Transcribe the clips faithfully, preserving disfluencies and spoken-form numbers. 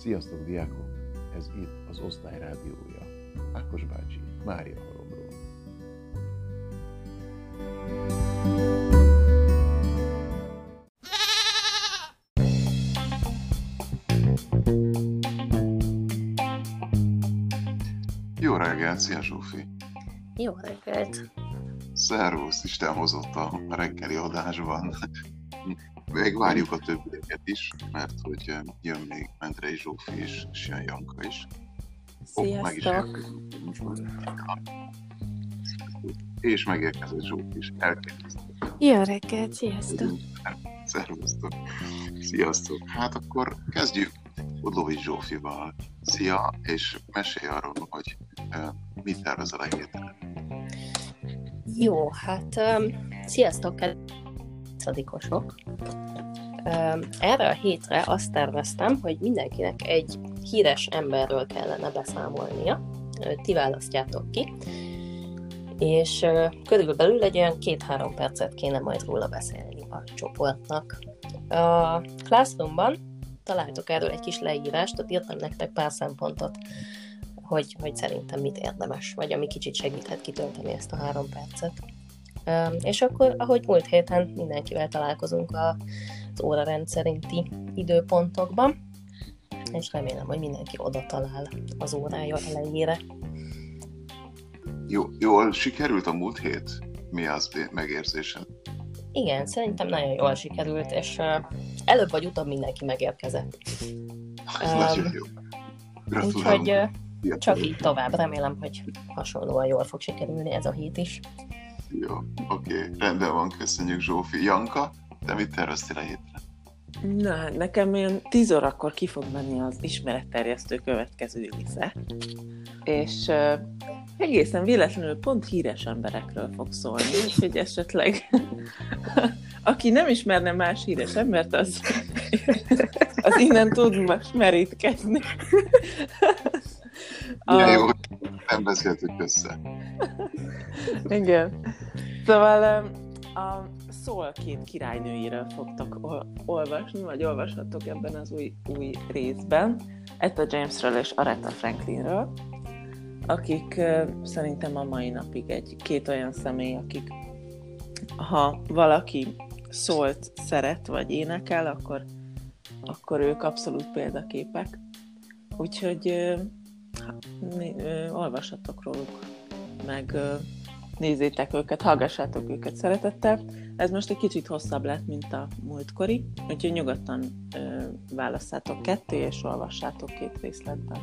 Sziasztok, diákok! Ez itt az Osztály rádiója. Ákos bácsi, Mária halomról. Jó reggelt, szia Zsófi! Jó reggelt! Szervusz, Isten hozott a reggeli adásban. Még várjuk a többieket is, mert hogy jön még Mendrei Zsófi is, és jön Janka is. Sziasztok! És megérkezett Zsófi is, elkezdett. Jó reggelt, sziasztok! Szervusztok! Sziasztok! Hát akkor kezdjük Udlovics Zsófival. Szia, és mesélj arról, hogy uh, mit tervezel a héten. Jó, hát um, sziasztok, szadikosok! Um, erre a hétre azt terveztem, hogy mindenkinek egy híres emberről kellene beszámolnia. Ti választjátok ki. És uh, körülbelül egy olyan két-három percet kéne majd róla beszélni a csoportnak. A Classroomban találtok erről egy kis leírást, ott írtam nektek pár szempontot, hogy, hogy szerintem mit érdemes, vagy ami kicsit segíthet kitölteni ezt a három percet. Um, és akkor, ahogy múlt héten mindenkivel találkozunk az óra rendszerinti időpontokban, és remélem, hogy mindenki oda talál az órája elejére. Jó, jól sikerült a múlt hét? Mi az megérzésed? Igen, szerintem nagyon jól sikerült, és uh, előbb vagy utóbb mindenki megérkezett. Nagyon um, jó. Gratulálunk. Úgyhogy uh, csak így tovább. Remélem, hogy hasonlóan jól fog sikerülni ez a hét is. Jó, oké. Okay. Rendben van, köszönjük Zsófi. Janka, te mit terveztél a hétre? Na, hát nekem ilyen tíz órakor ki fog menni az ismeretterjesztő következő része, és uh, egészen véletlenül pont híres emberekről fog szólni, úgyhogy esetleg aki nem ismerne más híres embert, az, az innen tud most merítkezni. Ja, jó, nem beszéltük össze. Igen. Szóval a Soul két királynőiről fogtok olvasni, vagy olvashatok ebben az új, új részben. Etta Jamesről és Aretha Franklinről, akik uh, szerintem a mai napig egy két olyan személy, akik ha valaki szólt szeret, vagy énekel, akkor, akkor ők abszolút példaképek. Úgyhogy uh, uh, olvassatok róluk, meg uh, nézzétek őket, hallgassátok őket szeretettel. Ez most egy kicsit hosszabb lett, mint a múltkori, úgyhogy nyugodtan uh, válasszátok ketté, és olvassátok két részletben.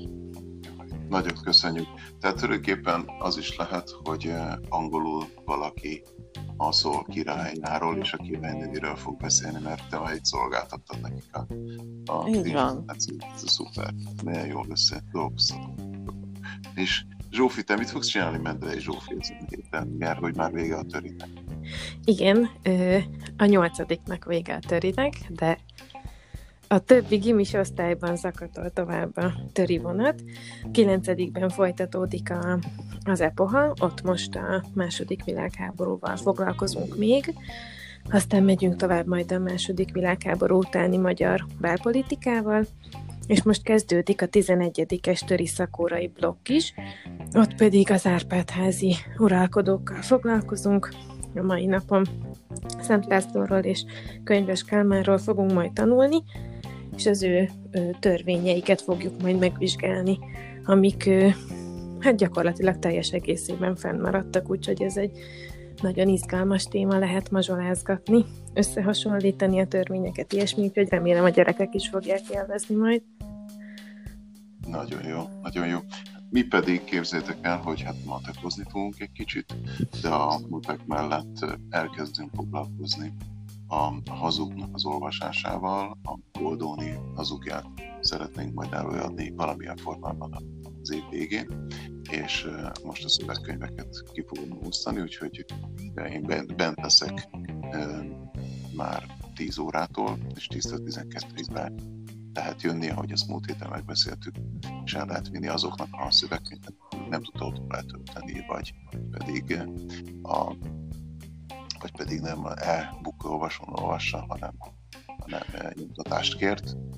Nagyon köszönjük. Tehát tulajdonképpen az is lehet, hogy angolul valaki a Soul királyáról és a királynőiről fog beszélni, mert te majd szolgáltattad nekik a, a Így van. Ez, ez szuper. Milyen jól összedolgoztatok. És Zsófi, te mit fogsz csinálni Mendrei Zsófi ezen a héten, mert hogy már vége a törinek? Igen, a nyolcadiknak vége a törinek, de a többi gimis osztályban zakatol tovább a töri vonat. Kilencedikben folytatódik a, az epoha, ott most a második világháborúval foglalkozunk még, aztán megyünk tovább majd a második világháború utáni magyar belpolitikával, és most kezdődik a tizenegyedikes töri szakórai blokk is, ott pedig az Árpád-házi uralkodókkal foglalkozunk. A mai napon Szent Lászlóról és Könyves Kálmánról fogunk majd tanulni, és az ő, ő törvényeiket fogjuk majd megvizsgálni, amik ő, hát gyakorlatilag teljes egészében fennmaradtak, úgyhogy ez egy nagyon izgalmas téma lehet mazsolázgatni, összehasonlítani a törvényeket, ilyesmi, úgyhogy remélem a gyerekek is fogják élvezni majd. Nagyon jó, nagyon jó. Mi pedig képzeljétek el, hogy hát matekozni fogunk egy kicsit, de a mutek mellett elkezdünk foglalkozni a hazugnak az olvasásával, a Goldoni hazugját szeretnénk majd előadni valamilyen formában az év végén, és most a szövegkönyveket ki fogom osztani, úgyhogy én bent, bent leszek e, már tíz órától, és tíztől tizenkettőig lehet jönni, ahogy azt múlt héten megbeszéltük, és el lehet vinni azoknak a szövegkönyvet, nem tudta otthon letölteni, vagy pedig a vagy pedig nem e-book olvasón olvassa, hanem, hanem nyomtatást kért.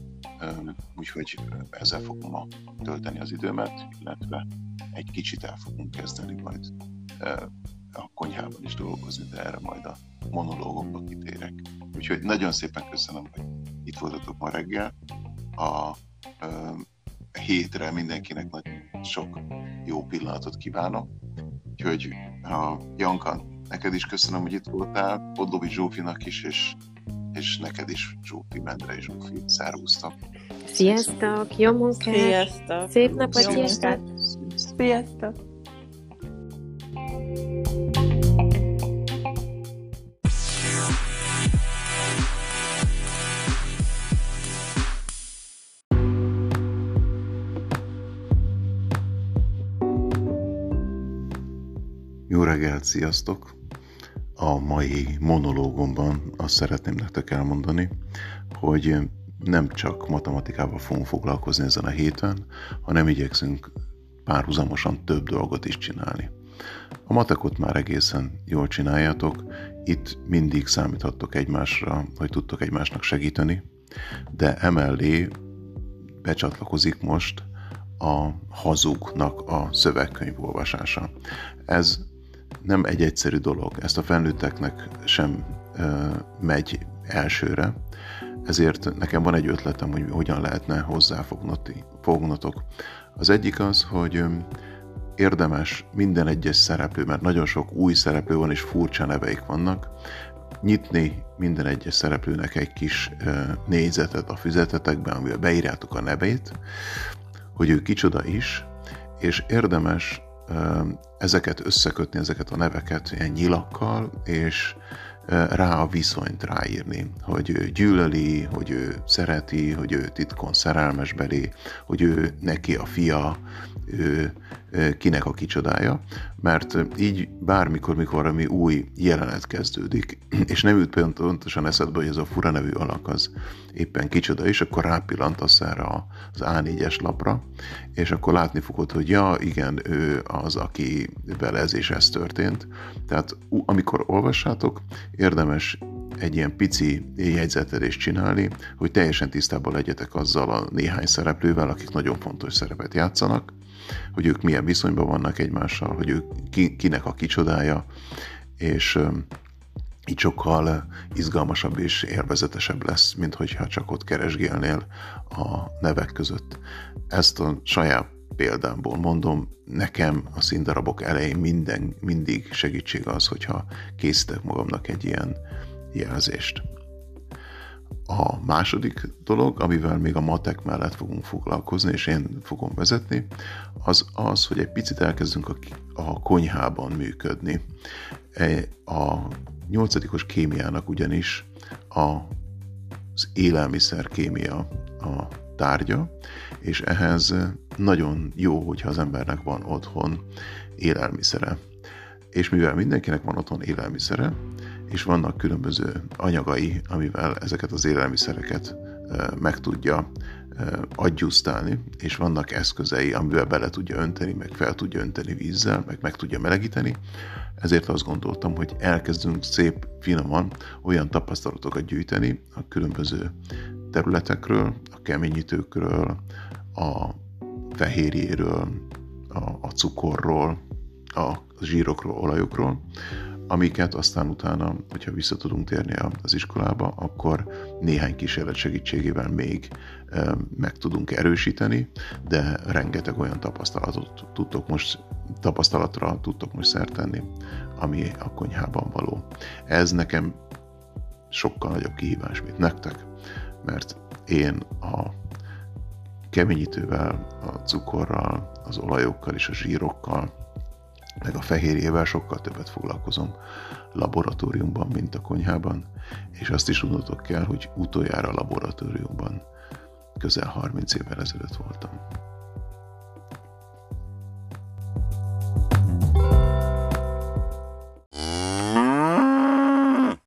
úgyhogy ezzel fogom ma tölteni az időmet, illetve egy kicsit el fogunk kezdeni majd a konyhában is dolgozni, de erre majd a monológokba kitérek. Úgyhogy nagyon szépen köszönöm, hogy itt voltatok ma reggel. A, a hétre mindenkinek nagyon sok jó pillanatot kívánok. Úgyhogy a Janka, neked is köszönöm, hogy itt voltál, Podlovics Zsófinak is, és, és neked is, Zsófi, Mendre és Zsófi. Szervusztok! Sziasztok! Jó munkát! Sziasztok! Szép napot! Sziasztok! Sziasztok! Jó reggelt, sziasztok! A mai monológomban azt szeretném nektek elmondani, hogy nem csak matematikával fogunk foglalkozni ezen a héten, hanem igyekszünk párhuzamosan több dolgot is csinálni. A matekot már egészen jól csináljátok, itt mindig számíthattok egymásra, hogy tudtok egymásnak segíteni, de emellé becsatlakozik most a hazugnak a szövegkönyv olvasása. Ez nem egy egyszerű dolog, ezt a felnőtteknek sem ö, megy elsőre, ezért nekem van egy ötletem, hogy hogyan lehetne hozzáfognotok. Az egyik az, hogy ö, érdemes minden egyes szereplő, mert nagyon sok új szereplő van és furcsa neveik vannak, nyitni minden egyes szereplőnek egy kis ö, négyzetet a füzetetekben, amivel beírjátok a nevét, hogy ő kicsoda is, és érdemes ezeket összekötni, ezeket a neveket ilyen nyilakkal, és rá a viszonyt ráírni, hogy ő gyűlöli, hogy ő szereti, hogy ő titkon szerelmes belé, hogy ő neki a fia, ő kinek a kicsodája, mert így bármikor, mikor ami új jelenet kezdődik, és nem jut pontosan eszedbe, hogy ez a fura nevű alak az éppen kicsoda is, akkor rápillantasz erre az á négyes lapra, és akkor látni fogod, hogy ja, igen, ő az, akivel ez és ez történt. Tehát amikor olvassátok, érdemes egy ilyen pici jegyzetelést csinálni, hogy teljesen tisztában legyetek azzal a néhány szereplővel, akik nagyon fontos szerepet játszanak, hogy ők milyen viszonyban vannak egymással, hogy ők ki, kinek a kicsodája, és um, így sokkal izgalmasabb és élvezetesebb lesz, mint hogyha csak ott keresgélnél a nevek között. Ezt a saját példámból mondom, nekem a színdarabok elején minden, mindig segítség az, hogyha készítek magamnak egy ilyen jelzést. A második dolog, amivel még a matek mellett fogunk foglalkozni, és én fogom vezetni, az az, hogy egy picit elkezdünk a, a konyhában működni. A nyolcadikos kémiának ugyanis a, az élelmiszer kémia a tárgya, és ehhez nagyon jó, hogyha az embernek van otthon élelmiszere. És mivel mindenkinek van otthon élelmiszere, és vannak különböző anyagai, amivel ezeket az élelmiszereket meg tudja aggyusztálni, és vannak eszközei, amivel bele tudja önteni, meg fel tudja önteni vízzel, meg meg tudja melegíteni, ezért azt gondoltam, hogy elkezdünk szép, finoman olyan tapasztalatokat gyűjteni a különböző területekről, a keményítőkről, a fehérjéről, a, a cukorról, a zsírokról, olajokról, amiket aztán utána, hogyha vissza tudunk térni az iskolába, akkor néhány kísérlet segítségével még meg tudunk erősíteni, de rengeteg olyan tapasztalatot tudtok most, tapasztalatra tudtok most szert tenni, ami a konyhában való. Ez nekem sokkal nagyobb kihívás, mint nektek, mert én a keményítővel, a cukorral, az olajokkal és a zsírokkal, meg a fehérjével sokkal többet foglalkozom laboratóriumban, mint a konyhában, és azt is tudnotok kell, hogy utoljára a laboratóriumban közel harminc évvel ezelőtt voltam.